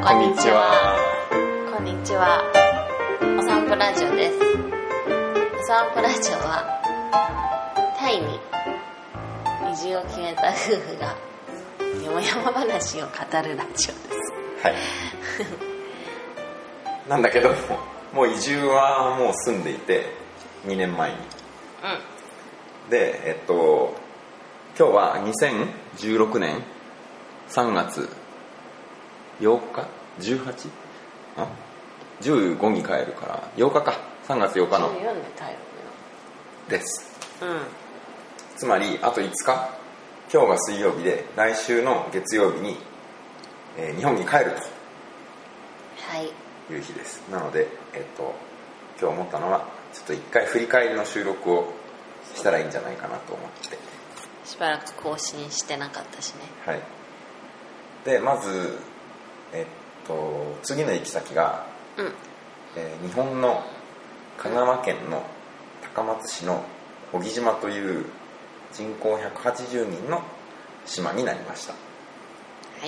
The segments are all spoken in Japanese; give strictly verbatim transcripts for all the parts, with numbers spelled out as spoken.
こんにちは。こんにちは。お散歩ラジオです。お散歩ラジオはタイに移住を決めた夫婦がよもやま話を語るラジオです。 はい。なんだけどもう移住はもう住んでいてにねんまえに。うん。で、えっと今日はにせんじゅうろくねんさんがつようか じゅうはち? あじゅうごに帰るからようかかさんがつようかのじゅうよんでタイです。 うん。 つまりあといつか、今日が水曜日で来週の月曜日に、えー、日本に帰るという日です。はい、なので、えっと今日思ったのはちょっと一回振り返りの収録をしたらいいんじゃないかなと思って。 しばらく更新してなかったしね。 はい。でまずえっと次の行き先が、うんえー、日本の香川県の高松市の小木島という人口ひゃくはちじゅうにんの島になりました。 はい。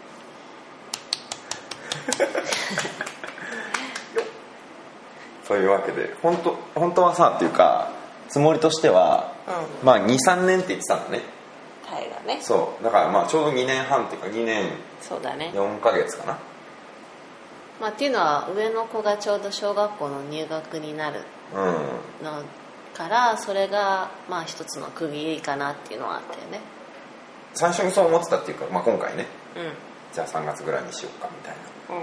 というわけで本当本当はさっていうかつもりとしては、うん、まあ にさんねんって言ってたんだね。 タイがね。 そうだからまあちょうどにねんはんっていうかにねんそうだねよんかげつかな。 まあっていうのは上の子がちょうど小学校の入学になるのから、うん、それがまあ一つの区切りかなっていうのはあったよね。 最初にそう思ってたっていうか、まあ、今回ね、 うん、 じゃあさんがつぐらいにしようかみたいな、 うん、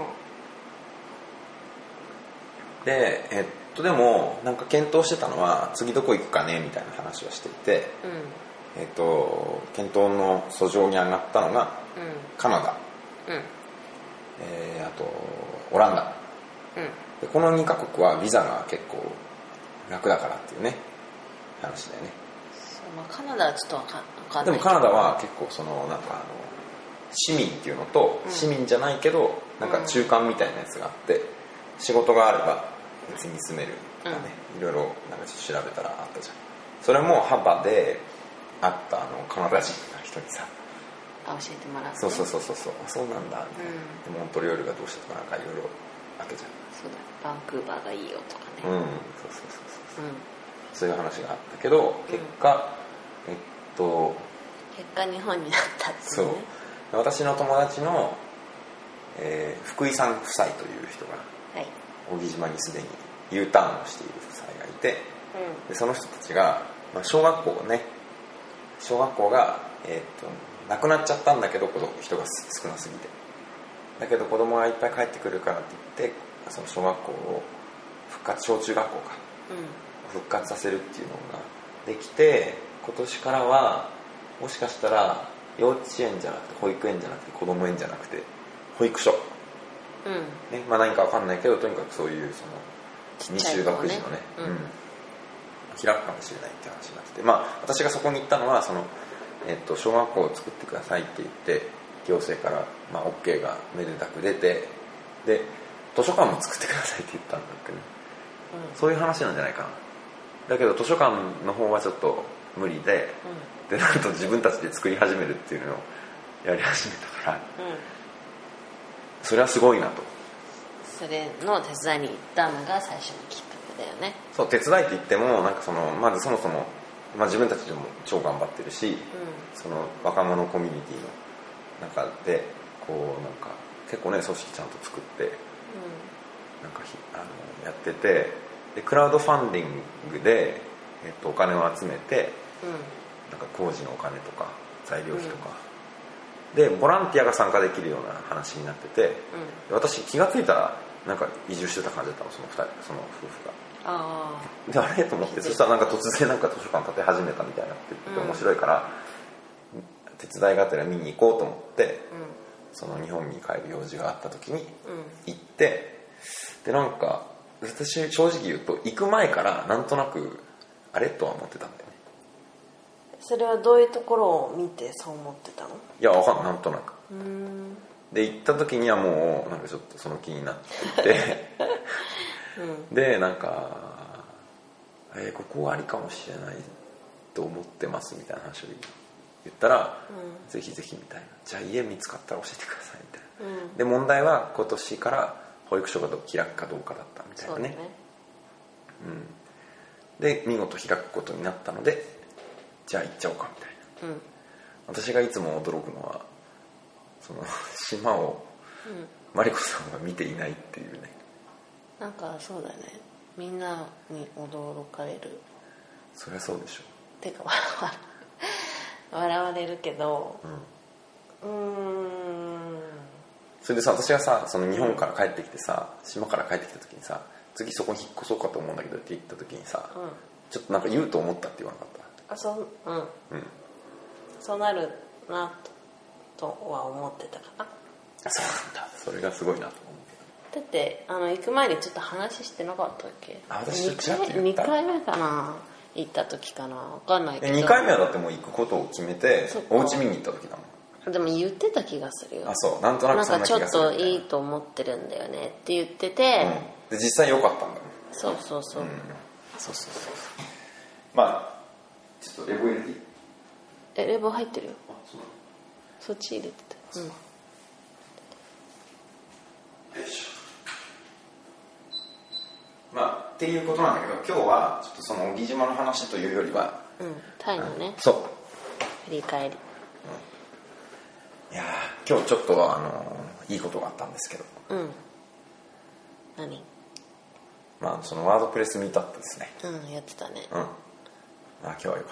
でえっとでもなんか検討してたのは次どこ行くかねみたいな話をしていて、うん、えっと検討の訴状に上がったのが、うん、カナダ、うんえー、あとオランダ、うん、でこのにかこくはビザが結構楽だからっていうね話だよね。 そう、まあ、カナダはちょっと分かんない。 でもカナダは結構そのなんかあの市民っていうのと、うん、市民じゃないけどなんか中間みたいなやつがあって、うん、仕事があれば別に住めるとかね、うん、いろいろなんかちょっと調べたらあったじゃん。それも幅で会ったあのカナダ人の人にさ教えてもらって、 そうそうそうそうそうそうなんだみたいな、うん、でモントリオールがどうしたとかなんかいろいろあったじゃん。 そうだ、バンクーバーがいいよとかね。 うんそうそうそうそう、うん、そういう話があったけど結果、うん、えっと結果日本になったっていうね。 そう私の友達の、えー、福井さん夫妻という人が、はい、小木島にすでに U ターンをしている夫妻がいて、うん、でその人たちが、まあ、小学校ね小学校が、えー、っとなくなっちゃったんだけど人が少なすぎてだけど子供がいっぱい帰ってくるからって言ってその小学校を復活小中学校か、うん、復活させるっていうのができて今年からはもしかしたら幼稚園じゃなくて保育園じゃなくて子供園じゃなくて保育所、うんねまあ、何か分かんないけどとにかくそういうその未就学児のね、うんうん、開くかもしれないって話になってて、まあ私がそこに行ったのはその、えっと、小学校を作ってくださいって言って行政から、まあ、OK がめでたく出てで図書館も作ってくださいって言ったんだってね、うん、そういう話なんじゃないかな。だけど図書館の方はちょっと無理で、うん、でなんと自分たちで作り始めるっていうのをやり始めたから、うん、それはすごいなと。 それの手伝いに行ったのが最初のきっかけだよね。 そう手伝いって言ってもなんかそのまずそもそも、まあ、自分たちでも超頑張ってるし、うん、その若者コミュニティの中でこうなんか結構ね組織ちゃんと作って、うん、なんかあのやっててでクラウドファンディングで、えっと、お金を集めて、うん、なんか工事のお金とか材料費とか、うん、でボランティアが参加できるような話になってて、うん、私気がついたらなんか移住してた感じだったのそのふたりその夫婦が。あであれと思ってそしたらなんか突然なんか図書館建て始めたみたいなって言って面白いから、うん、手伝いがてら見に行こうと思って、うん、その日本に帰る用事があった時に行って、うん、でなんか私正直言うと行く前からなんとなくあれとは思ってたんだよね。 それはどういうところを見てそう思ってたの？ いやわかんないなんとなく。うーんで行った時にはもうなんかちょっとその気になっていて、うん、でなんか、えー、ここありかもしれないと思ってますみたいな話を言ったら、 うん、 ぜひぜひみたいな、じゃあ家見つかったら教えてくださいみたいな、 うん、 で問題は今年から保育所が開くかどうかだったみたいなね、う、ね、うん、で見事開くことになったので、じゃあ行っちゃおうかみたいな、うん、私がいつも驚くのはその島をマリコさんは見ていないっていうね、 なんかそうだね、みんなに驚かれる。 そりゃそうでしょ。 てか笑笑われるけど、うん、うーん、 それでさ、私がさ、その日本から帰ってきてさ、島から帰ってきた時にさ、次そこに引っ越そうかと思うんだけどって言った時にさ、うん、ちょっとなんか言うと思ったって言わなかった？ あ、そう、うん、うん、そうなるなとは思ってたかな。 あ、そうなんだ。それがすごいなと思うけど。だってあの行く前にちょっと話してなかったっけ？ あ、私ちょっとにかいめかな、行った時かな、分かんないけど。 にかいめはだってもう行くことを決めてお家見に行った時だもん。 でも言ってた気がするよ。 あ、そう、なんとなくそんな気がする。 なんかちょっといいと思ってるんだよねって言ってて、 うん、で実際良かったんだもん。 そうそうそう、うん、 そうそうそう。まあちょっとレボ入れていい？ え、レボ入ってるよ。 あ、そうなの？ そっち入れてた。うん。よいしょ。まあっていうことなんだけど、今日はちょっとその小木島の話というよりは、 うん、タイのね、 そう、 振り返り、 うん、いや今日ちょっとあのいいことがあったんですけど、 うん、何？ まあそのワードプレスミートアップですね。 うん、やってたね。 うん。あ、今日はよかった。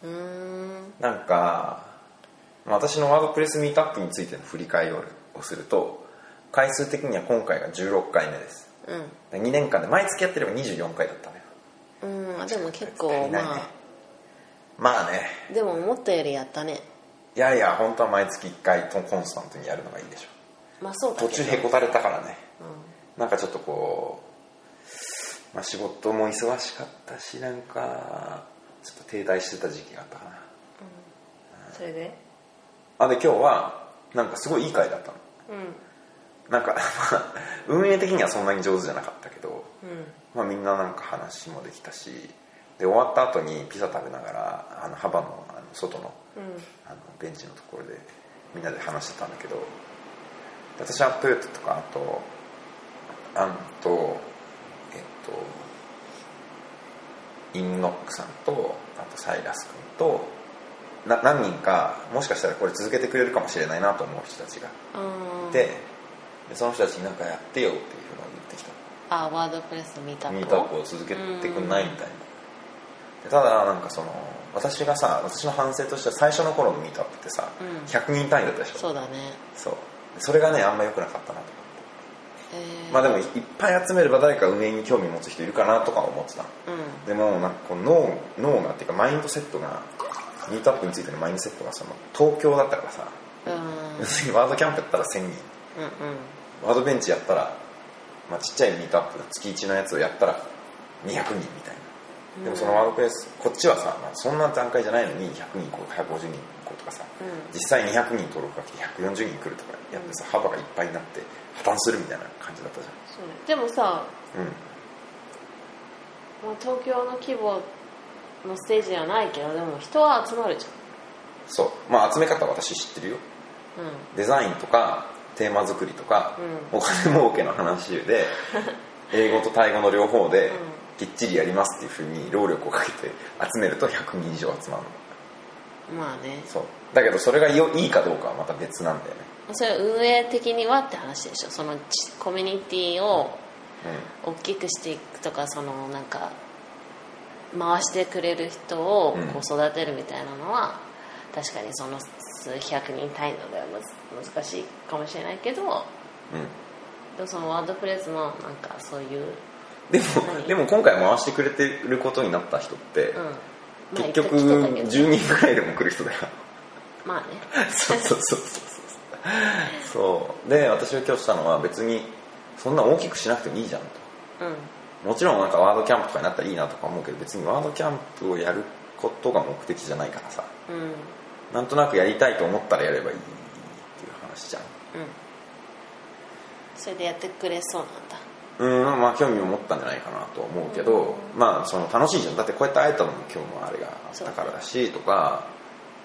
うーん。 なんか私のワードプレスミートアップについての振り返りをすると、回数的には今回がじゅうろっかいめです。うん。にねんかんで毎月やってればにじゅうよんかいだったのよ。 うん、でも結構、ね、まあまあね。でも思ったよりやったね。 いやいや、本当は毎月いっかいコンスタントにやるのがいいでしょ。 まあそうだけど。 途中へこたれたからね。うん、なんかちょっとこう、まあ、仕事も忙しかったし、なんかちょっと停滞してた時期があったかな。うん。 それで？ あ、で今日はなんかすごいいい回だったの。うん。なんか運営的にはそんなに上手じゃなかったけど、うん、まあ、みんななんか話もできたし、で終わった後にピザ食べながらあの幅の、あの外の、うん、あのベンチのところでみんなで話してたんだけど、私はトヨタとか、あとあんとえっとインノックさんと、あとサイラス君とな何人か、もしかしたらこれ続けてくれるかもしれないなと思う人たちがいて、でその人たちに何かやってよっていうふうに言ってきた。 あ、ワードプレスミートアップミートアップを続けてくんないみたいな。でただなんかその私がさ、私の反省としては最初の頃のミートアップってさ、うん、ひゃくにん単位だったでしょ。 そうだね。 そう、それがねあんま良くなかったなと思って、えー、まあでもいっぱい集めれば誰か運営に興味持つ人いるかなとか思ってた、うん、でもなんかこう脳脳がっていうかマインドセットが、ミートアップについてのマインドセットがその東京だったからさ、うん、要するにワードキャンプやったらせんにん、うんうん、ワードベンチやったら、まあ、ちっちゃいミートアップ月いちのやつをやったらにひゃくにんみたいな。でもそのワードプレスこっちはさ、まあ、そんな段階じゃないのにひゃくにんこうひゃくごじゅうにんこうとかさ、うん、実際にひゃくにん登録が来てひゃくよんじゅうにん来るとかやってさ、うん、幅がいっぱいになって破綻するみたいな感じだったじゃん。 そうね、でもさ、うん、もう東京の規模のステージではないけど、でも人は集まるじゃん。 そう、まあ集め方は私知ってるよ、うん、デザインとかテーマ作りとか、うん、お金儲けの話で英語とタイ語の両方できっちりやりますっていうふうに労力をかけて集めるとひゃくにん以上集まるの。まあね。 そうだけどそれがよいいかどうかはまた別なんだよね。 それは運営的にはって話でしょ。そのコミュニティを大きくしていくとか、そのなんか回してくれる人をこう育てるみたいなのは、うん、確かにその数百人単位のでは難しいかもしれないけど、うん、でもそのワードプレスのなんかそういうでもでも今回回してくれてることになった人って、うん、まあ、結局じゅうにんぐらいでも来る人だよ。 まあね。 そうそうそうそうそうで、私が今日したのは別にそんな大きくしなくてもいいじゃんと、うん、もちろんなんかワードキャンプとかになったらいいなとか思うけど、別にワードキャンプをやることが目的じゃないからさ、うん、なんとなくやりたいと思ったらやればいいっていう話じゃん、うん、 それでやってくれそうなんだ。 うん、まあ興味を持ったんじゃないかなと思うけど、うん、まあその楽しいじゃん。だってこうやって会えたのも今日のあれがあったからだしとか、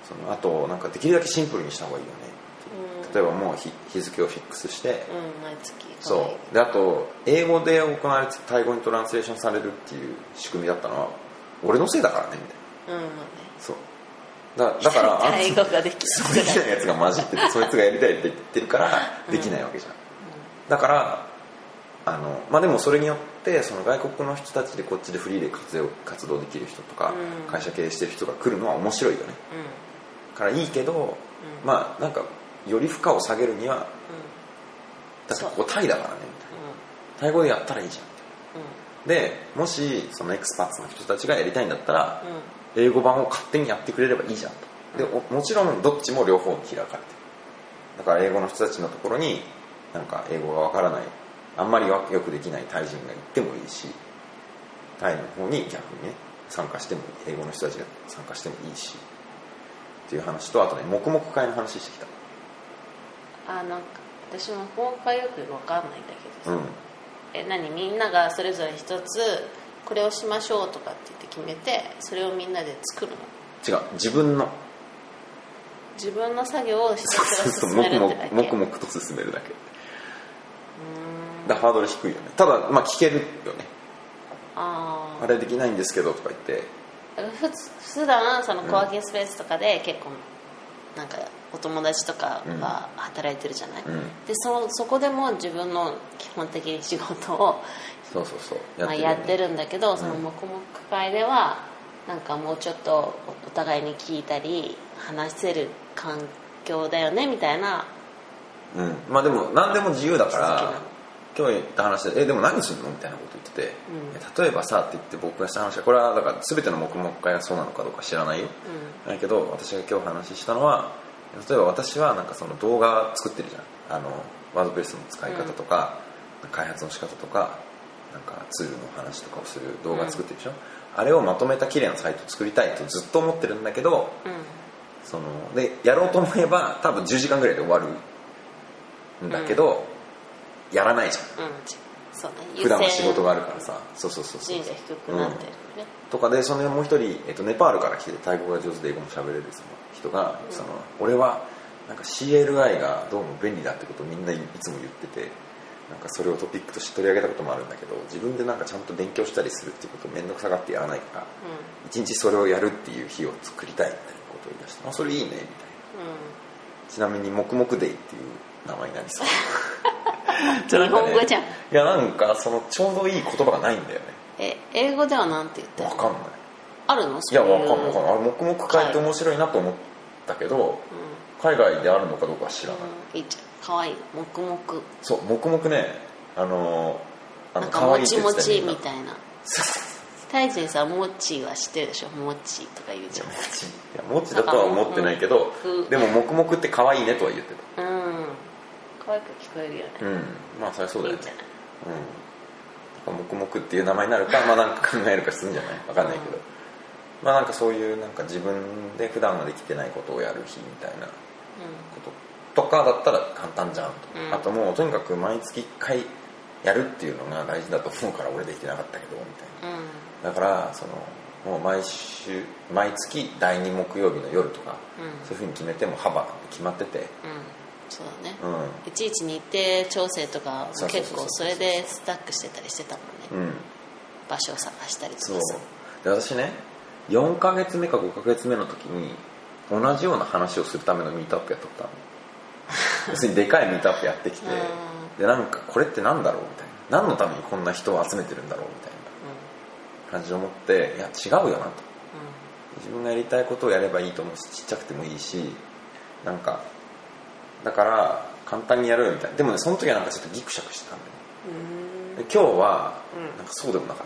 そのあとなんかできるだけシンプルにした方がいいよね、うん、例えばもう 日, 日付をフィックスして、 うん、毎月そうで、あと英語で行われてタイ語にトランスレーションされるっていう仕組みだったのは俺のせいだからねみたいな、うん、そうだ, だからタイ語ができないそうできないやつが混じっててそいつがやりたいって言ってるからできないわけじゃん、うん、だからあの、まあ、でもそれによってその外国の人たちでこっちでフリーで活動、活動できる人とか、うん、会社経営してる人が来るのは面白いよね、うん、からいいけど、うん、まあなんかより負荷を下げるには、うん、だってここタイだからねみたいな、うん、タイ語でやったらいいじゃん、うん、でもしそのエクスパッツの人たちがやりたいんだったら、うん、英語版を勝手にやってくれればいいじゃんと。でもちろんどっちも両方に開かれてる。だから英語の人たちのところになんか英語がわからない、あんまりよくできないタイ人が行ってもいいし、タイの方に逆にね参加してもいい、英語の人たちが参加してもいいしっていう話と、あとね黙々会の話してきた。あ、なんか私も黙々会よくわかんないんだけど、うん、え何みんながそれぞれ一つこれをしましょうとかって言って決めてそれをみんなで作るの？ 違う、自分の自分の作業をひたすら進めるってだけ。 黙々と進めるだけ。うーん、だハードル低いよね。ただまあ聞けるよね。ああれできないんですけどとか言って、 ふ普段そのコワーキングスペースとかで結構なんかお友達とかが働いてるじゃない、うん、で そ, そこでも自分の基本的に仕事をそうそうそうやってる、ね、まあ、やってるんだけど、その黙々会ではなんかもうちょっとお互いに聞いたり話せる環境だよねみたいな。 うん、まあでも何でも自由だから今日言った話で、えでも何するのみたいなこと言ってて、うん、例えばさって言って僕がした話は、これはだから全ての黙々会がそうなのかどうか知らないよ、うん、だけど私が今日話したのは、例えば私はなんかその動画作ってるじゃん、あのワードプレスの使い方とか、うん、開発の仕方とかなんかツールの話とかをする動画作ってるでしょ、うん、あれをまとめた綺麗なサイトを作りたいとずっと思ってるんだけど、うん、そのでやろうと思えば多分じゅうじかんぐらいで終わるんだけど、うん、やらないじゃん、うん、そうね、普段は仕事があるからさ、そうそうそうそう、 順位が低くなってるね、 うん、とかで、そのもう一人、えっと、ネパールから来てタイ語が上手で英語も喋れるその人が、うん、その俺はなんか シーエルアイ がどうも便利だってことをみんないつも言ってて、なんかそれをトピックとして取り上げたこともあるんだけど、自分でなんかちゃんと勉強したりするっていうことを面倒くさがってやらないから、一、うん、日それをやるっていう日を作りたいみたいなことを言い出して、あそれいいねみたいな、うん、ちなみに黙々デイっていう名前になりそうじゃあなんか、ね、日本語じゃん。いやなんかそのちょうどいい言葉がないんだよね。 え英語ではなんて言ってるの？ 分かんない。 あるの？ いや分かんない分かんない。あれ黙々会って面白いなと思ったけど、うん、海外であるのかどうかは知らない、 うん、いいじゃん、かわいい。黙々、 そう黙々ね、あのあのなんかもちもちみたいなタイ人さ、もちは知ってるでしょ、もちとか言うじゃん。いやもちだとは思ってないけど、でも黙々って可愛いねとは言ってた。 うん、可愛く聞こえるよね。 うん、まあそりゃそうだよね。いいんじゃない。うん、黙々っていう名前になるか、まあなんか考えるかするんじゃない、わかんないけど、うん、まあなんかそういうなんか自分で普段はできてないことをやる日みたいなこととかだったら簡単じゃんと、うん、あともうとにかく毎月いっかいやるっていうのが大事だと思うから俺できてなかったけどみたいな、うん、だからそのもう毎週毎月だいに木曜日の夜とか、うん、そういうふうに決めても幅決まってて、うん、 そうだね、うん、いちいち日程調整とか結構それでスタックしてたりしてたもんね、うん、場所を探したりとかさ。 そうで私ねよんかげつめかごかげつめの時に同じような話をするためのミートアップやっとったの要するにでかいミートアップやってきてでなんかこれってなんだろうみたいな、何のためにこんな人を集めてるんだろうみたいな感じで思って、いや違うよなと、うん、自分がやりたいことをやればいいと思うし、ちっちゃくてもいいし、なんかだから簡単にやるよみたいな。でもねその時はなんかちょっとギクシャクしてたんだよ。で今日はなんかそうでもなかった、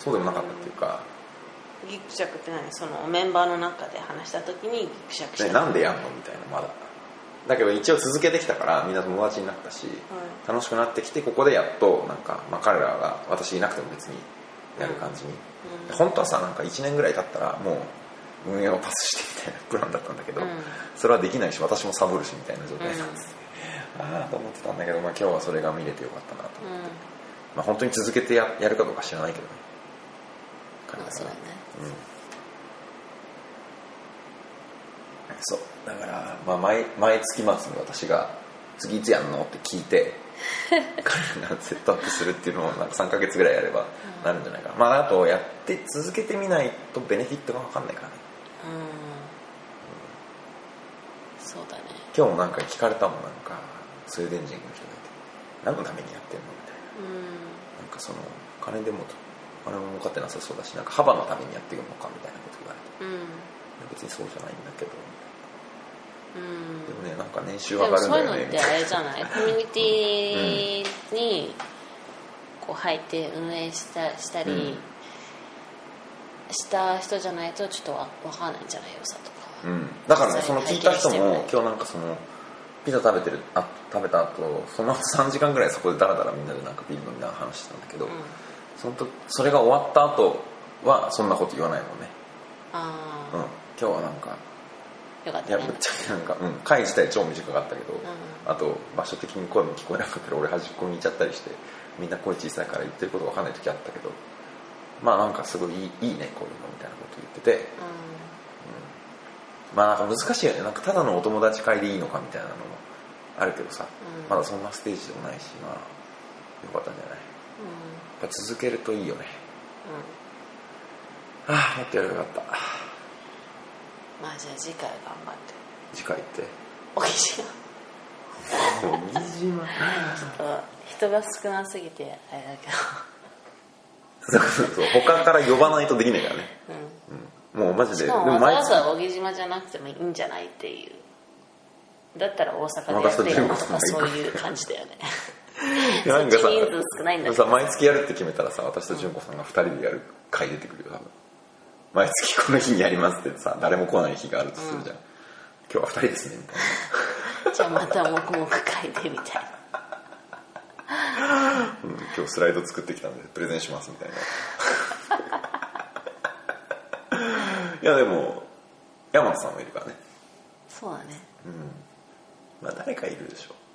そうでもなかったっていうか、 ギクシャクって何？そのメンバーの中で話した時にギクシャクしてた。 なんでやんのみたいな。まだだけど一応続けてきたからみんな友達になったし、はい、楽しくなってきて、ここでやっとなんか、まあ、彼らが私いなくても別にやる感じに、うん、本当はさなんかいちねんぐらい経ったらもう運営をパスしてみたいなプランだったんだけど、うん、それはできないし私もサボるしみたいな状態なんです、うん、ああと思ってたんだけど、まあ、今日はそれが見れてよかったなと思って、うん、まあ、本当に続けて や, やるかどうか知らないけどね。 まあそうだね、 うん、 そうだから、まあ、毎, 毎月末に私が次いつやんのって聞いて彼らがセットアップするっていうのをなんかさんかげつぐらいやればなるんじゃないかな、うん、まああとやって続けてみないとベネフィットが分かんないからね、うん、うん、 そうだね。 今日もなんか聞かれたもん、なんかスウェーデン人の人がいて何のためにやってんのみたいな、うん、なんかその金でも金も儲かってなさそうだし、なんか幅のためにやっていくのかみたいなこと言われて、うん、別にそうじゃないんだけど、うん、でもね、なんか年収上がるんだよね。 そういうのってあれじゃないコミュニティにこう入って運営した、したり、うん、した人じゃないとちょっとわ分かんないんじゃないよさとか、うん、 だからね、その聞いた人も今日なんかそのピザ食べてるあ食べた後その後さんじかんぐらいそこでダラダラみんなでなんかビール飲みながら話してたんだけど、うん、そのとそれが終わった後はそんなこと言わないもんね。あ、うん、今日はなんかよかったね。 いやぶっちゃけなんか、うん、会自体超短かったけど、うん、あと場所的に声も聞こえなかったら俺端っこにいちゃったりしてみんな声小さいから言ってること分かんない時あったけど、まあなんかすごいいい、いいねこういうのみたいなこと言ってて、うんうん、まあなんか難しいよね。なんかただのお友達会でいいのかみたいなのもあるけどさ、うん、まだそんなステージでもないし、まあよかったんじゃない、うん、やっぱ続けるといいよね、うん、はあもっとやればよかった。 まあじゃあ次回頑張って。 次回って小木島小木島人が少なすぎてあれだけどそうそうそう他から呼ばないとできないからね、うんうん、もうマジでしかもわざわざ小木島じゃなくてもいいんじゃないっていう、だったら大阪でやってるのとかそういう感じだよねなんかさ、 そっち人数少ないんだけどさ、毎月やるって決めたらさ、私と純子さんがふたりでやる回出てくるよ多分。毎月この日にやりますってさ、誰も来ない日があるとするじゃん、うん、今日はふたりですねみたいなじゃあまた黙々会でみたいな、うん、今日スライド作ってきたんでプレゼンしますみたいないやでも山本さんもいるからね。 そうだね、 うん、まあ誰かいるでしょ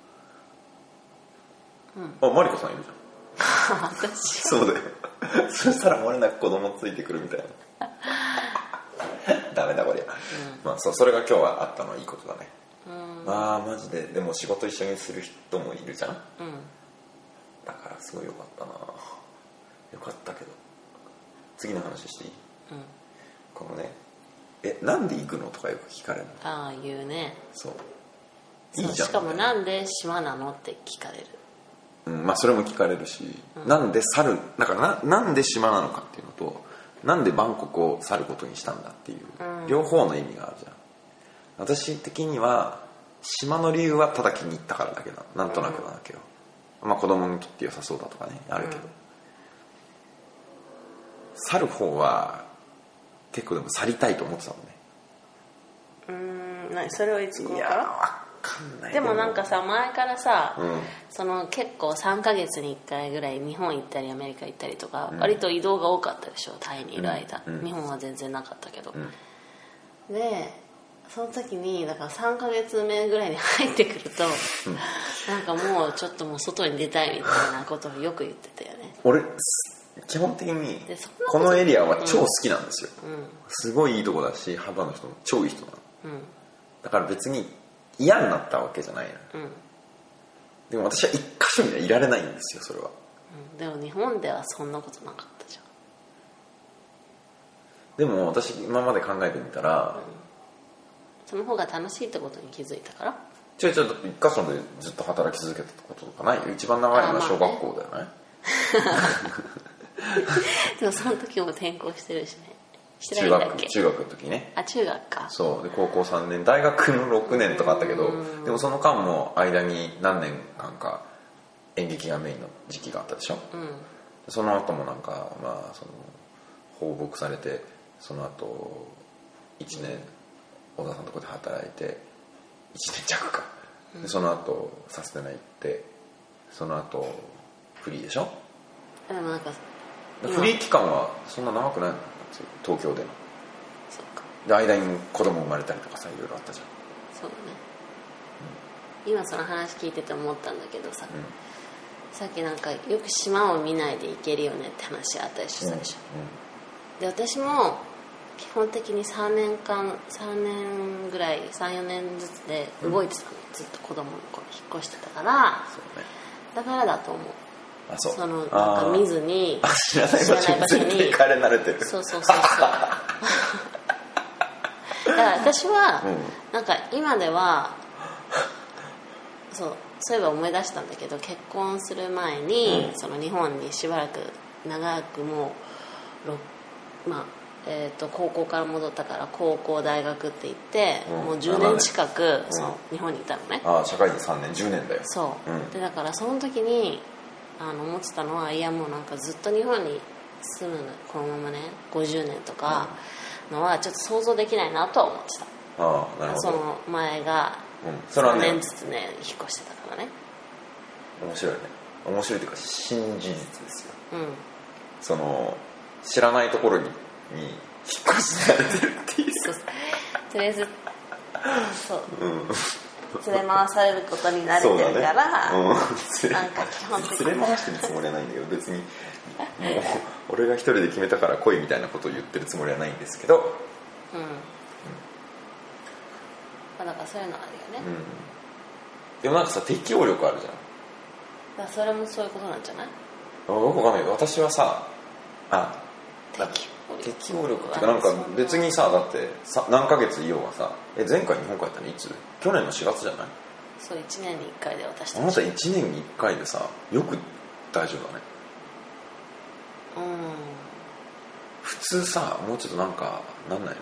う、うん、あ、マリコさんいるじゃん私そうだよそしたら漏れなく子供ついてくるみたいなダメだこりゃ、うん、まあ そ, それが今日はあったのはいいことだね。うん、まあマジででも仕事一緒にする人もいるじゃん、うん、だからすごいよかったな。よかったけど次の話していい、うん、このねえなんで行くのとかよく聞かれるの。 ああ言うね。 そういいじゃん。しかもなんで島なのって聞かれる。 うん、まあそれも聞かれるし、うん、なんで去るだからな、なんで島なのかっていうのとなんでバンコクを去ることにしたんだっていう、うん、両方の意味があるじゃん。私的には島の理由はただ気に入ったからだけどなんとなくなんだけど、うん、まあ子供にとって良さそうだとかねあるけど、うん、去る方は結構でも去りたいと思ってたもんね。 うーん、何それはいつ頃から。 いやわかんない。 でもなんかさ前からさ、うん、その結構さんかげつにいっかいぐらい日本行ったりアメリカ行ったりとか、うん、割と移動が多かったでしょタイにいる間、うん、日本は全然なかったけど、うん、でその時にだからさんかげつめぐらいに入ってくると、うん、なんかもうちょっともう外に出たいみたいなことをよく言ってたよね。 俺基本的にこのエリアは超好きなんですよ、うん、すごいいいとこだし幅の人も超いい人なの、うん、だから別に嫌になったわけじゃないの、うん、でも私は一箇所にはいられないんですよそれは、 うん、でも日本ではそんなことなかったじゃん。 でも私今まで考えてみたら、うん、 その方が楽しいってことに気づいたから。 ちょいちょい一箇所でずっと働き続けたこととかないよ。一番長いのは小学校だよね、 でもその時も転校してるしね。してないんだっけ。中学、中学の時ね。 あ、中学か。 そうで高校さんねん大学のろくねんとかあったけど、でもその間も間に何年間か演劇がメインの時期があったでしょ、うん、その後もなんかまあその放牧されてその後いちねん小田さんのとこで働いていちねん弱か、でその後サステナ行ってその後フリーでしょ。 でもなんかフリー期間はそんな長くないの東京での。そうか。で間に子供生まれたりとかさいろいろあったじゃん。 そうだね、うん、今その話聞いてて思ったんだけどさ、うん、さっきなんかよく島を見ないで行けるよねって話あったりしたでしょ、うんうん、で私も基本的にさんねんかんさんねんぐらい さん,よ 年ずつで動いてたの、うん、ずっと子供の頃引っ越してたから、そうね、だからだと思う。 あ、そう、 そのなんか見ずに知らない場所に絶対行かれ慣れてる。 そうそうそうそうだから私は、うん、なんか今ではそうそういえば思い出したんだけど、結婚する前に、うん、その日本にしばらく長くもう、まあえー、と高校から戻ったから高校大学って言って、うん、もうじゅうねん近く、うん、そう日本にいたのね。 ああ、社会人さんねんじゅうねんだよ。 そう、うん、でだからその時にあの思ってたのは、いやもうなんかずっと日本に住むのこのままねごじゅうねんとかのはちょっと想像できないなとは思ってた。 ああ、なるほど。 その前がさんねんずつね引っ越してたからね。 面白いね。面白いというか新事実ですよ、 うん、 その知らないところにに引っ越しされてるっていう。 そうとりあえずそう、うん、連れ回されることに慣れてるから、ね、うん、なんか基本的に連れ回してるつもりはないんだけど、別にもう俺が一人で決めたから来いみたいなことを言ってるつもりはないんですけど、うん、うん、まあ、だからそういうのあるよね、 うん、でもなんかさ適応力あるじゃん。 だからそれもそういうことなんじゃない？ あ、よくわかんないけど、私はさあ適応力っていうか、なんか別にさ、だってさ何ヶ月いようがさ、え前回日本帰ったのいつ？去年のしがつじゃない？ そう、いちねんにいっかいで私たち。 あなたいちねんにいっかいでさよく大丈夫だね。 うん、 普通さもうちょっとなんかなんないの？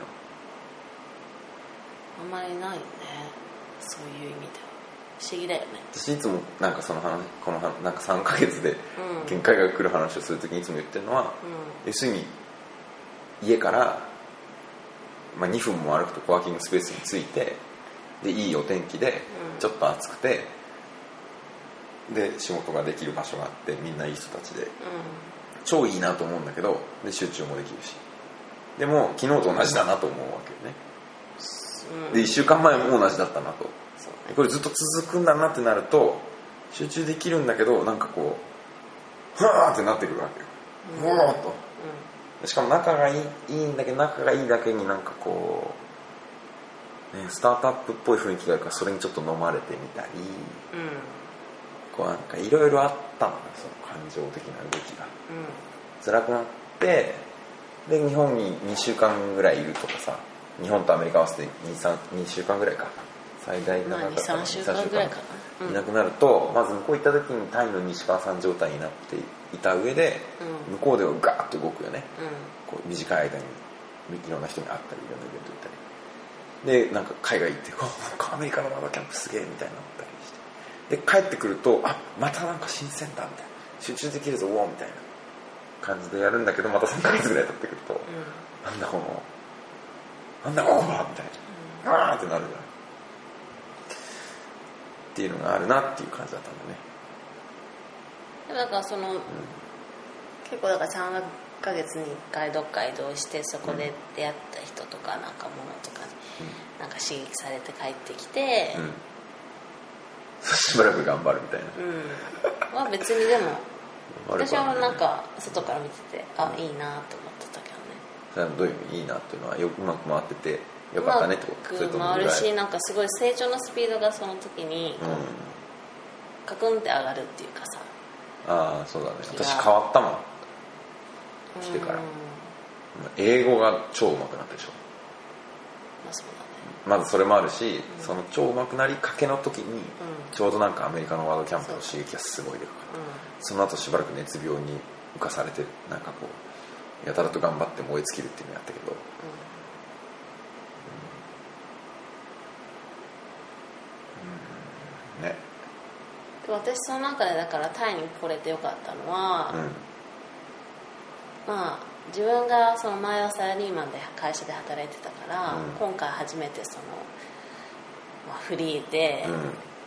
あんまりないよね、そういう意味では。不思議だよね。 私いつもなんかその話、このなんかさんかげつで限界が来る話をするときにいつも言ってるのは、うん、要するに家から、まあ、にふんも歩くとコワーキングスペースに着いて、でいいお天気でちょっと暑くて、うん、で仕事ができる場所があってみんないい人たちで、うん、超いいなと思うんだけど、で集中もできるし、でも昨日と同じだなと思うわけよね、うん、でいっしゅうかんまえも同じだったなと。これずっと続くんだなってなると集中できるんだけど、なんかこうはーってなってくるわけよ、うん、もーっと、うん、しかも仲がいい、いいんだけど仲がいいだけになんかこう、ね、スタートアップっぽい雰囲気があるからそれにちょっと飲まれてみたり、うん、こうなんかいろいろあったのよ、その感情的な動きが、うん、辛くなって、で日本ににしゅうかんぐらいいるとかさ、日本とアメリカ合わせて にしゅうかんぐらいか最大長かったらにしゅうかんぐらいかな、いなくなると、まず向こう行った時にタイの西川さん状態になっていた上で、うん、向こうではガーッと動くよね、うん、こう短い間にいろんな人に会ったりいろんなイベント行ったりで、なんか海外行ってアメリカのママキャンプすげえみたいになったりして、で帰ってくるとあまたなんか新鮮だみたいな、集中できるぞおーみたいな感じでやるんだけど、またさんかげつぐらい経ってくると、うん、なんだこのなんだここはみたいな、うん、あーってなるじゃんっていうのがあるなっていう感じだったんだね。だからその、うん、結構だからさんかげつにいっかいどっか移動して、そこで出会った人とかなんかものとかに、うん、なんか刺激されて帰ってきて、うん、 しばらく頑張るみたいな、 うん、まあ別にでも私はなんか外から見ててあいいなと思ってたけどね。 それはどういう意味いいなっていうのはよくうまく回っててよかったねってこと。 うまく回るし、なんかすごい成長のスピードがその時にこう、うん、カクンって上がるっていうかさ。 ああそうだね、私変わったもん来てから、うん、英語が超うまくなったでしょ。 まあそうだね、 まずそれもあるし、うん、その超うまくなりかけの時に、うん、ちょうどなんかアメリカのワードキャンプの刺激がすごいでかかった、うん、その後しばらく熱病に浮かされて、なんかこうやたらと頑張って燃え尽きるっていうのやったけど、うんうん、ね、 私その中でだからタイに来れてよかったのは、うん、まあ自分がその前はサラリーマンで会社で働いてたから、うん、今回初めてその、まあ、フリーで、うん、ま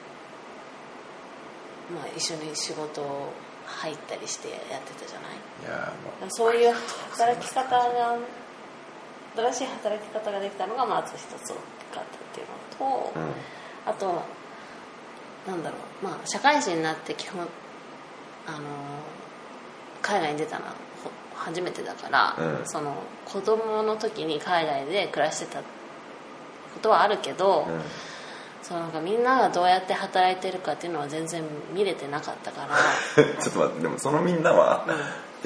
あ、一緒に仕事入ったりしてやってたじゃない。 いや、 まあ、そういう働き方が新しい働き方ができたのがまず一つ大きかったっていうのと、うん、あとなんだろう、まあ、社会人になって基本あの海外に出たのは初めてだから、うん、その子供の時に海外で暮らしてたことはあるけど、うん、そのなんかみんながどうやって働いてるかっていうのは全然見れてなかったからちょっと待って、でもそのみんなは、うん、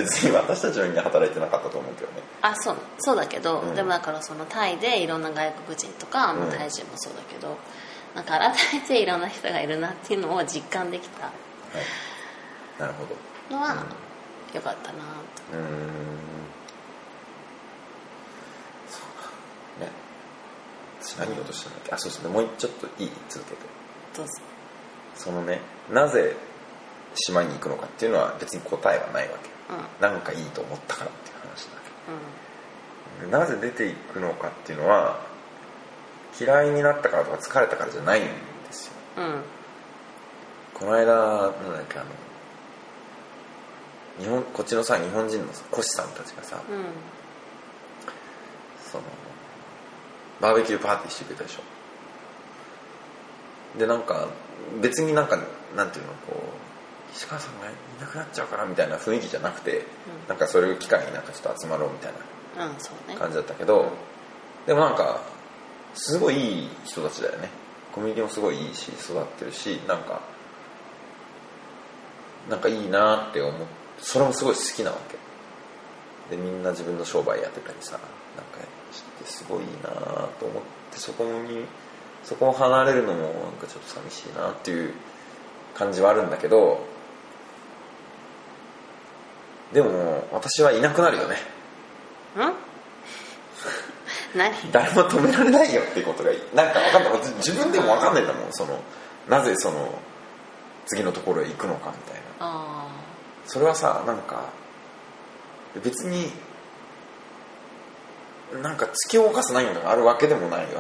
別に私たちのように働いてなかったと思うけどね。 あ、そう、そうだけど、うん、でもだからそのタイでいろんな外国人とか、うん、タイ人もそうだけど、なんか改めていろんな人がいるなっていうのを実感できた、はい、 なるほどのは、うん、よかったなと。 うーん、そうかね。私何言おうとしたんだっけ。あ、そうそうね、もうちょっといい、続けて。 どうぞ。そのね、なぜ島に行くのかっていうのは別に答えはないわけ、うん、なんかいいと思ったからっていう話だけど、うん、なぜ出ていくのかっていうのは嫌いになったからとか疲れたからじゃないんですよ、うん、この間なんだっけ、あの日本こっちのさ日本人のコシさんたちがさ、うん、そのバーベキューパーティーしてくれたでしょ。でなんか別になんかなんていうの、こう石川さんがいなくなっちゃうからみたいな雰囲気じゃなくて、うん、なんかそれを機会になんかちょっと集まろうみたいな感じだったけど、うん、そうね、でもなんかすごいいい人たちだよね。コミュニティもすごいいいし育ってるし、なんかなんかいいなって思って、それもすごい好きなわけで、みんな自分の商売やってたりさ、なんかしてすごいいいなと思って、そこにそこを離れるのもなんかちょっと寂しいなっていう感じはあるんだけど、でも私はいなくなるよね。 ん何誰も止められないよっていうことがなんか分かんない。自分でも分かんないんだもん、そのなぜその次のところへ行くのかみたいな。あ、それはさ、なんか別になんか突き動かす何かがあるわけでもないわけよ、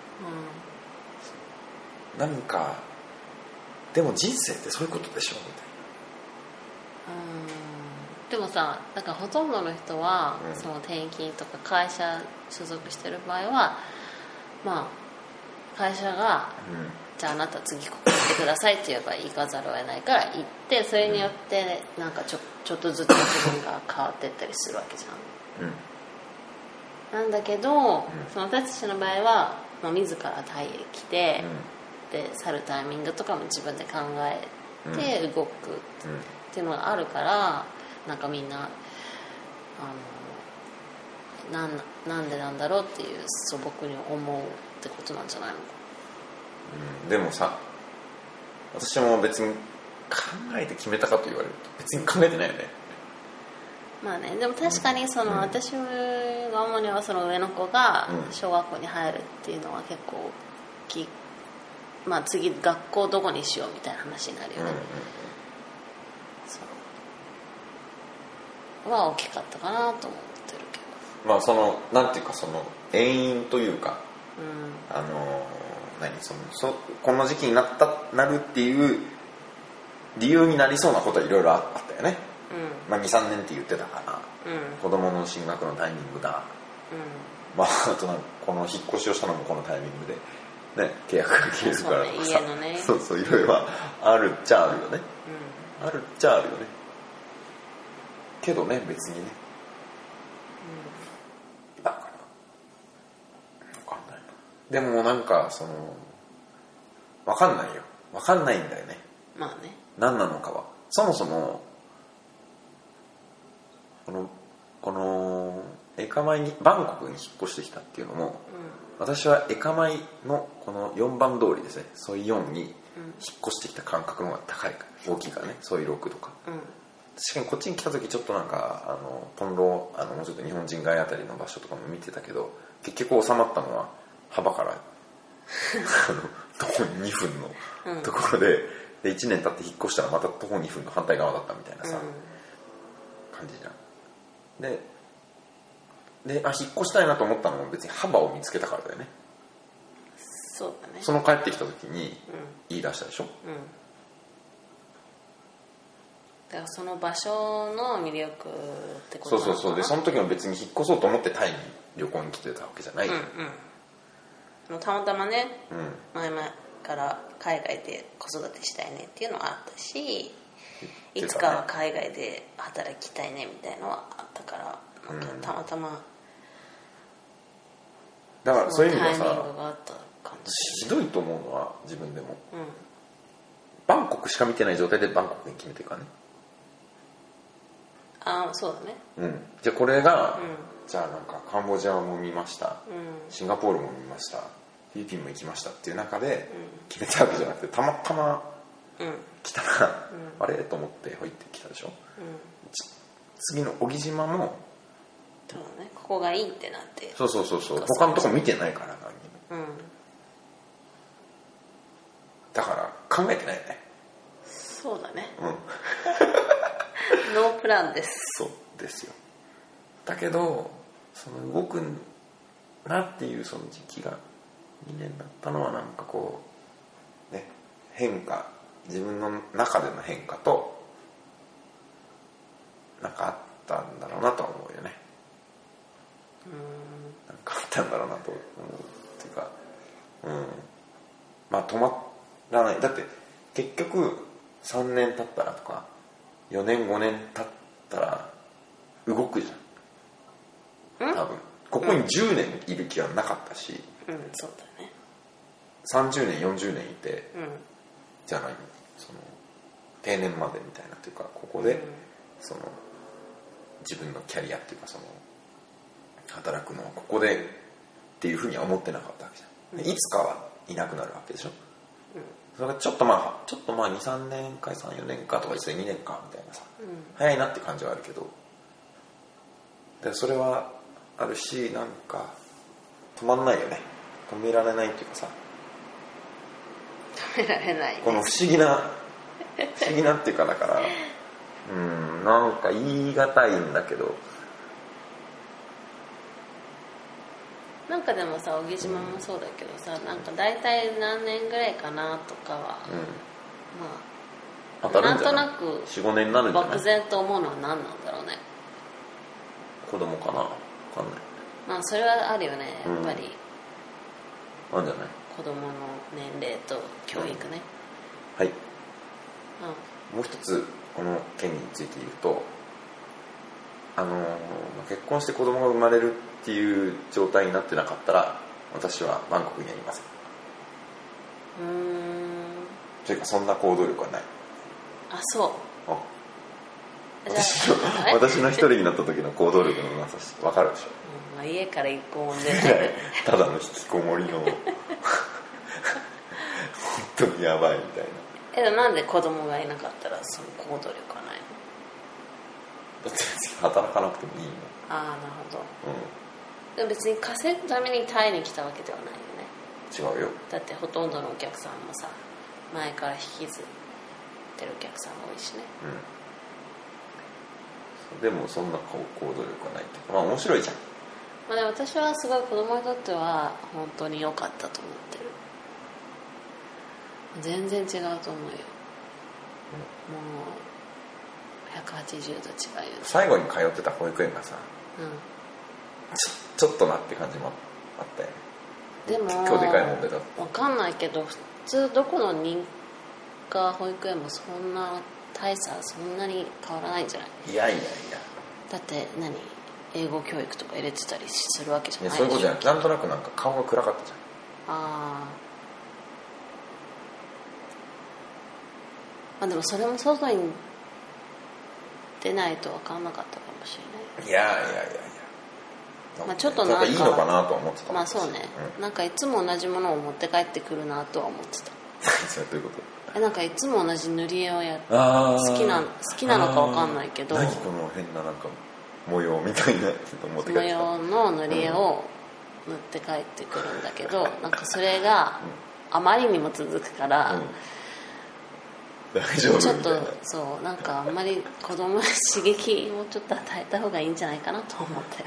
うん、なんかでも人生ってそういうことでしょみたいな。 うん、でもさ、なんかほとんどの人は、うん、その転勤とか会社所属してる場合は、まあ会社が、うん、じゃああなた次ここ行ってくださいって言えば行かざるを得ないから行って、それによってなんかちょ、ちょっとずつ自分が変わっていったりするわけじゃん、うん、なんだけど、うん、その私たちの場合は、まあ、自らタイへ来て、うん、で去るタイミングとかも自分で考えて動くっていうのがあるから、なんかみんなあの な, なんでなんだろうっていう素朴に思うってことなんじゃないのか、 うん、でもさ、私も別に考えて決めたかと言われると別に考えてないよね。 まあね、でも確かにその、うん、私が主にはその上の子が小学校に入るっていうのは結構大きい、まあ次学校どこにしようみたいな話になるよね、うんうんうん、そうは大きかったかなと思ってるけど、 まあそのなんていうか、その遠因というか、うん、あの何そのそこの時期になったなるっていう理由になりそうなことはいろいろあったよね、うん、まあ、にさんねんって言ってたから、うん、子供の進学のタイミングだ、うん、まああとなんかこの引っ越しをしたのもこのタイミングで、ね、契約が切れるからとかさ、 そうね、家のね、 そうそう、いろいろあるっちゃあるよね、うん、あるっちゃあるよねけどね、別にね、うん、だから分かんないな。でもなんかその分かんないよ、分かんないんだよね、 まあね、 何なのかは。そもそもこのこのエカマイにバンコクに引っ越してきたっていうのも、うん、私はエカマイのこのよんばん通りですね、ソイよんに引っ越してきた感覚の方が高いから、大きいからね、ソイろくとか、うん、確かにこっちに来た時ちょっとなんかあのトンロあのもうちょっと日本人街あたりの場所とかも見てたけど、結局収まったのは幅から徒歩にふんのところで、うん、でいちねん経って引っ越したらまた徒歩にふんの反対側だったみたいなさ、うん、感じじゃん。で, であ引っ越したいなと思ったのも別に幅を見つけたからだよね。 そうだね。 その帰ってきた時に言い出したでしょ、うん、 だからその場所の魅力ってことなのかな。 そうそうそう。でその時も別に引っ越そうと思ってタイに旅行に来てたわけじゃない、うんうん、たまたまね、うん、前々から海外で子育てしたいねっていうのはあったし、 いつかは海外で働きたいねみたいのはあったから、なんかたまたまだからそういう意味ではさ、 タイミングがあった感じ。 ひどいと思うのは自分でも、うん、バンコクしか見てない状態でバンコクに決めてるからね。 ああそうだね。 うん。じゃあこれが、うん、じゃあなんかカンボジアも見ました、うん、シンガポールも見ました、フィリピンも行きましたっていう中で決めたわけじゃなくて、たまたま来たら、うん、あれと思って入ってきたでしょ、うん、次の小木島もそうだね、ここがいいってなって、 そうそうそうそう、他のとこ見てないから何にも、うん、だから考えてないよね。 そうだね、うんノープランです。 そうですよ。だけどその動くなっていうその時期がにねんだったのはなんかこうね、変化、自分の中での変化となんかあったんだろうなとは思うよね。うーん、なんかあったんだろうなと思うっていうか、うん、まあ止まらない。だって結局さんねん経ったらとかよねんごねん経ったら動くじゃん多分。ここにじゅうねんいる気はなかったし、 うん、うん、そうだね。 さんじゅうねんよんじゅうねんいて、うん、じゃあ何その定年までみたいなというか、ここで、うん、その自分のキャリアっていうか、その働くのはここでっていうふうには思ってなかったわけじゃん、うん、いつかはいなくなるわけでしょ、うん、それがちょっとまあちょっとまあ にさんねんかさんよねんかとか実際にねんかみたいなさ、うん、早いなって感じはあるけど、でそれはあるし、なんか止まんないよね。止められないっていうかさ、 止められない、ね、 この不思議な不思議なっていうか、だからうん、なんか言い難いんだけど、 なんかでもさ、小木島もそうだけどさ、なんか大体何年ぐらいかなとかは、うん、まあ当たるんじゃない？なんとなく よん,ご 年になるんじゃない？漠然と思うのは何なんだろうね。 子供かな、分かんない。 まあそれはあるよね、やっぱり、 うん、なんじゃない？ 子供の年齢と教育ね、 うん、はい、うん、もう一つこの件について言うと、あのー、結婚して子供が生まれるっていう状態になってなかったら私はバンコクにはいません。うーん、というかそんな行動力はない。 あ、そう。あ、 私の私の一人になった時の行動力のなさし分かるでしょ、 うん、まあ、家から一個も出ないただの引きこもりの本当にやばいみたいな。 え、でもなんで子供がいなかったらその行動力はないの？ だって働かなくてもいいの。 ああ、なるほど、うん、でも別に稼ぐためにタイに来たわけではないよね。 違うよ。 だってほとんどのお客さんもさ、前から引きずってるお客さんが多いしね、 うん、でもそんな行動力はないっていうか、まあ面白いじゃん。 まあ、でも私はすごい子供にとっては本当に良かったと思ってる。全然違うと思うよ、うん、もうひゃくはちじゅうど違うよね。 最後に通ってた保育園がさ、うん、ち, ちょっとなって感じもあったよね。 でも今日でかい問題だ分かんないけど、普通どこの認可保育園もそんな大差そんなに変わらないんじゃない？ いやいやいや、 だって何英語教育とか入れてたりするわけじゃないでしょ。 いや、そういうことじゃない。なんとなくなんか顔が暗かったじゃん。 ああ、でもそれも外に出ないと分かんなかったかもしれない。いやいやいやいや、 まあ、ちょっとなんかいいのかなとは思ってた。 まあそうね、うん、なんかいつも同じものを持って帰ってくるなとは思ってたそれどういうこと？ え、なんかいつも同じ塗り絵をやっ好きな好きなのか分かんないけど、 何この変ななんか模様みたいな持って帰ってきた模様の塗り絵を塗って帰ってくるんだけど、うん、なんかそれがあまりにも続くから、うん、 大丈夫ちょっとそうなんかあんまり子供に刺激をちょっと与えた方がいいんじゃないかなと思ったよ、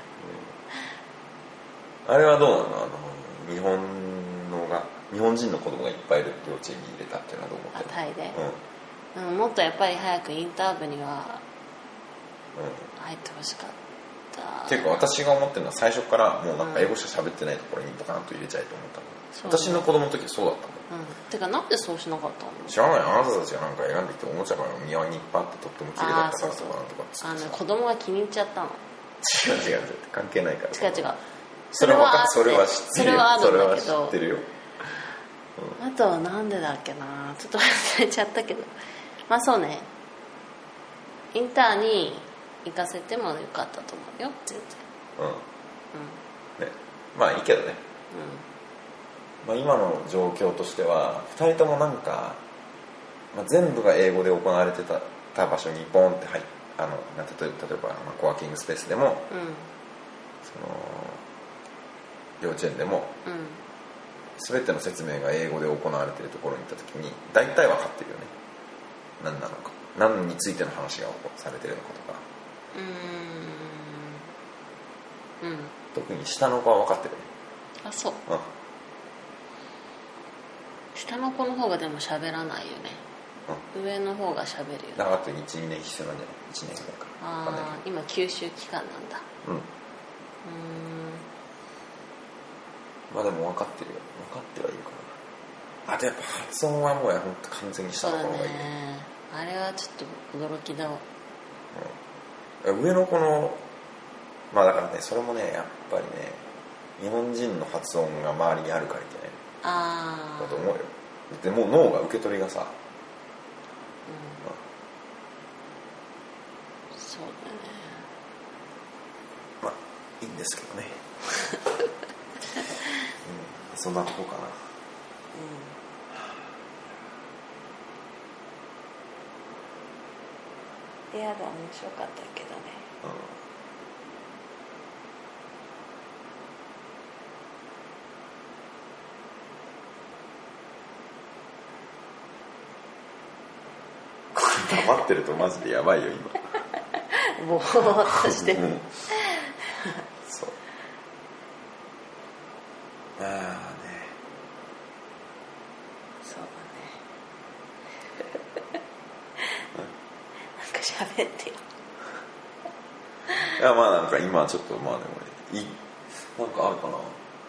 うん、あれはどうなの？あの日本のが日本人の子供がいっぱいいる幼稚園に入れたっていうのはどう思ってる？ タイで、うん、もっとやっぱり早くインター部には入ってほしかった。 結構私が思ってるのは最初からもうなんか英語しか喋ってないところにドカンと入れちゃえと思ったの、うん、私の子供の時そうだったもん、 うん、てかなんでそうしなかったの？ 知らない。あなたたちがなんか選んできておもちゃが庭にいっぱいあってとっても綺麗だったからとかなんとかつって、 あの子供が気に入っちゃったの。 違う違う違う、関係ないから。 違う違う、 それはそれは知ってるよ。 それはあるんだけど、 それは知ってるよ、 うん、あとはなんでだっけな、ちょっと忘れちゃったけど、まあそうね、インターに行かせてもよかったと思うよ全然。うん、うん、 ね、まあいいけどね、うん、まあ、今の状況としてはふたりともなんか、まあ、全部が英語で行われて た, た場所にポンって入って、あの例えば、例えばまあ、コワーキングスペースでも、うん、その幼稚園でも、うん、全ての説明が英語で行われているところに行った時に大体分かってるよね、何なのか、何についての話がされているのかとか、うーん、うん、特に下の子は分かってるね。 あ、そう、うん、下の子の方がでも喋らないよね、うん、上の方が喋るよね。 だからあと いち,に 年必要なんじゃない？いちねんぐらいか。 ああ、今吸収期間なんだ。うん、うーん、 まあでも分かってるよ、分かってはいるかな。あとやっぱ発音はもうやほんと完全に下の方がいい、ね、 あれはちょっと驚きだわ、 うん、上の子のまあだからね、それもねやっぱりね日本人の発音が周りにあるからいけないあだと思うよ。でもう脳が受け取りがさ、うん、 そうだね、 まあいいんですけどね、うん、そんなとこかな。 うん、いやだ面白かったけどね、 うん、黙ってるとマジでやばいよ今ぼーっとしてる、うん、 そうああね、 そうだねなんか喋ってよ。 いやまあなんか今ちょっとまあでもいいなんかあるかな。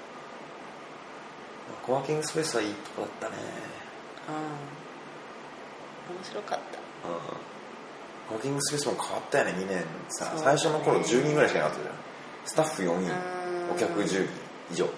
コワーキングスペースはいいとこだったね。 うん、面白かった。 うん、コワーキングスペースも変わったよね。にねんさ、ね、最初の頃じゅうにんぐらいしかいなかったじゃん。スタッフよにん、お客じゅうにん以上って。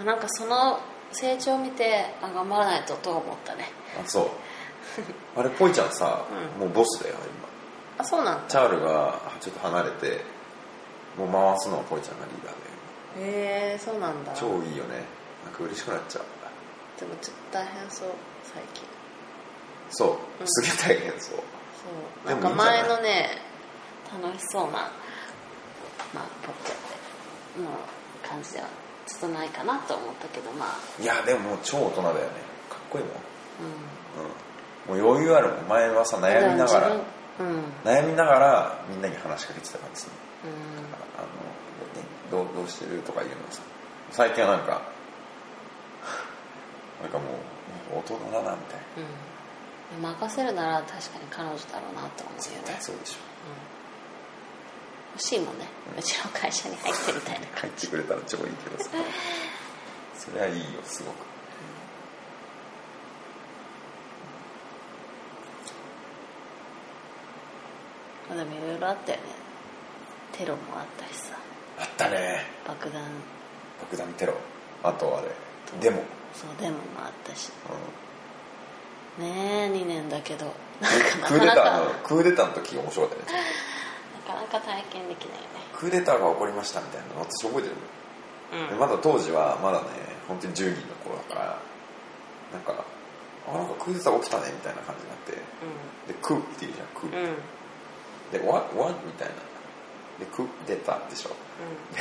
なんかその成長を見てあ頑張らないとと思ったね。 あ、そうあれポイちゃんさ、うん、もうボスだよ今。 あ、そうなんだ。 チャールがちょっと離れてもう回すのはポイちゃんがリーダーで。へえ、そうなんだ。 超いいよね。なんか嬉しくなっちゃう。 でもちょっと大変そう最近。 そう、うん、すげえ大変そう。 そうなんか前のね楽しそうなまあポットの感じではちょっとないかなと思ったけど、まあいやでももう超大人だよね。かっこいいもん、うんうん、もう余裕あるもん。前はさ悩みながら、うん、悩みながらみんなに話しかけてた感じですね、うん、あのどう、どうしてるとか言うのさ、最近はなんかなんかもう大人だなみたいな、 うん、任せるなら確かに彼女だろうなと思うよね。 絶対そうでしょ、 うん、欲しいもんね、うん、うちの会社に入ってみたいな入ってくれたら超いいけどさそれはいいよすごく、 うん、でもいろいろあったよね。テロもあったしさ。 あったね。 爆弾爆弾テロ、あとあれデモ。 そうデモもあったし、うん、ねえにねんだけどなんかクーデターのクーデターの時面白かったねなかなか体験できないよね。 クーデターが起こりましたみたいなの私覚えてる、うん、でまだ当時はまだね本当にじゅうにんの頃だからなんかあなんかクーデター起きたねみたいな感じになって、うん、でクーって言うじゃんクー、うん、で what what みたいなでクーデターでしょ、うん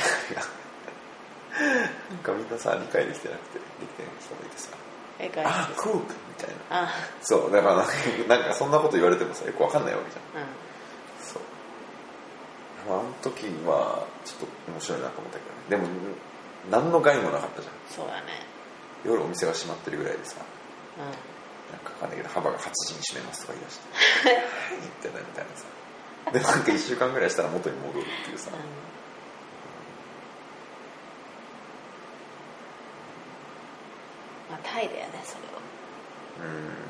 なんかみんなさ理解できてなくてできてない人がいてさあクークみたいな、そうだからなんかそんなこと言われてもさよくわかんないわけじゃん、うん、そうあの時はちょっと面白いなと思ったけどね。でも何の害もなかったじゃん。 そうだね。 夜お店が閉まってるぐらいでさ、うん、なんかわかんないけど幅がはちじに閉めますとか言い出してはいってなみたいなさでなんかいっしゅうかんぐらいしたら元に戻るっていうさ、うん、 まあタイだよねそれは。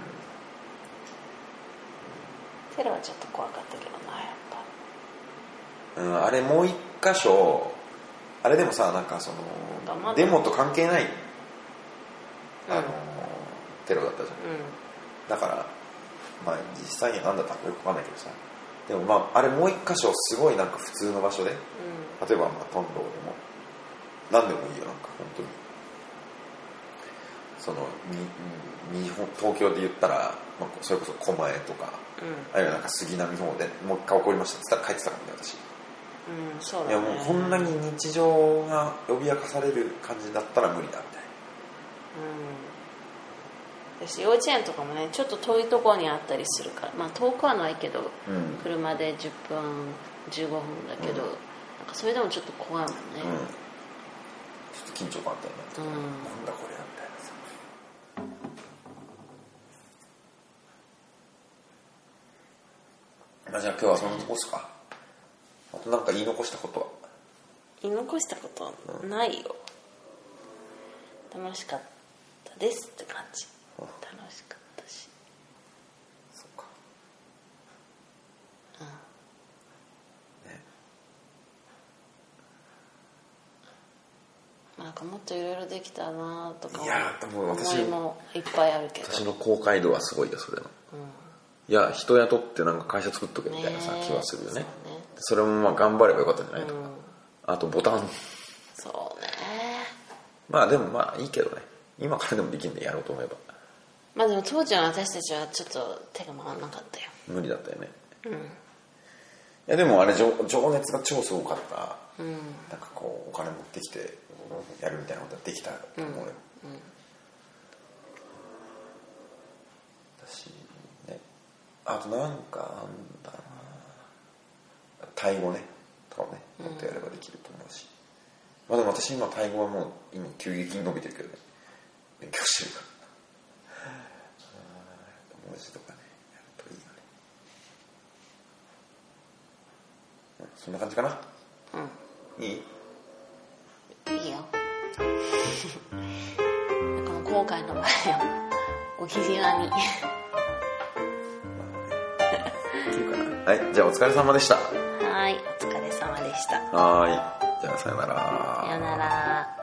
うんテロはちょっと怖かったけどなやっぱ、うん、 あれもう一箇所あれでもさなんかそのデモと関係ないあの、うん、テロだったじゃん、うん、だからまあ実際に何だったかよくわかんないけどさでもまああれもう一箇所すごいなんか普通の場所で、うん、例えばまあトンローでも何でもいいよなんか本当にそのに日本東京で言ったら、まあ、それこそ狛江とか、うん、あるいはなんか杉並の方でもう一回起こりましたって言ったら帰ってたからね私。 うんそうだね、 いやもうこんなに日常が脅かされる感じだったら無理だみたいな。 うん、私幼稚園とかもねちょっと遠いところにあったりするからまあ遠くはないけど、うん、車でじゅっぷんじゅうごふんだけど、うん、なんかそれでもちょっと怖いもんね、うん、ちょっと緊張感あったよね、うん、なんだこれみたいなさ。まあ、じゃあ今日はそのとこっすか。あとなんか言い残したことは言い残したことないよ、うん、楽しかったですって感じ、うん、楽しかったしそっかうんねなんかもっといろいろできたなとかいやでも私思いもいっぱいあるけど私の公開度はすごいよそれの、うんいや人雇ってなんか会社作っとけみたいなさ、ね、気はするよね。 そ, ねそれもまあ頑張ればよかったんじゃないとか、うん、あとボタンそうねまあでもまあいいけどね今からでもできるんでやろうと思えばまあでも当時は私たちはちょっと手が回らなかったよ無理だったよね、うん、いやでもあれ 情, 情熱が超すごかった、うん、なんかこうお金持ってきてやるみたいなことができたと思うよ、うんうんあとなんかなんだろうなタイ語ねとかもねもっとやればできると思うし、うん、まあでも私今タイ語はもう今急激に伸びてるけどね勉強してるから文字とかねやるといいよね、うん、そんな感じかな。うんいいいいよこの後悔の場合はおぎりわにはい、じゃあお疲れ様でした。 はい、お疲れ様でした。 はい、じゃあさよなら。 さよなら。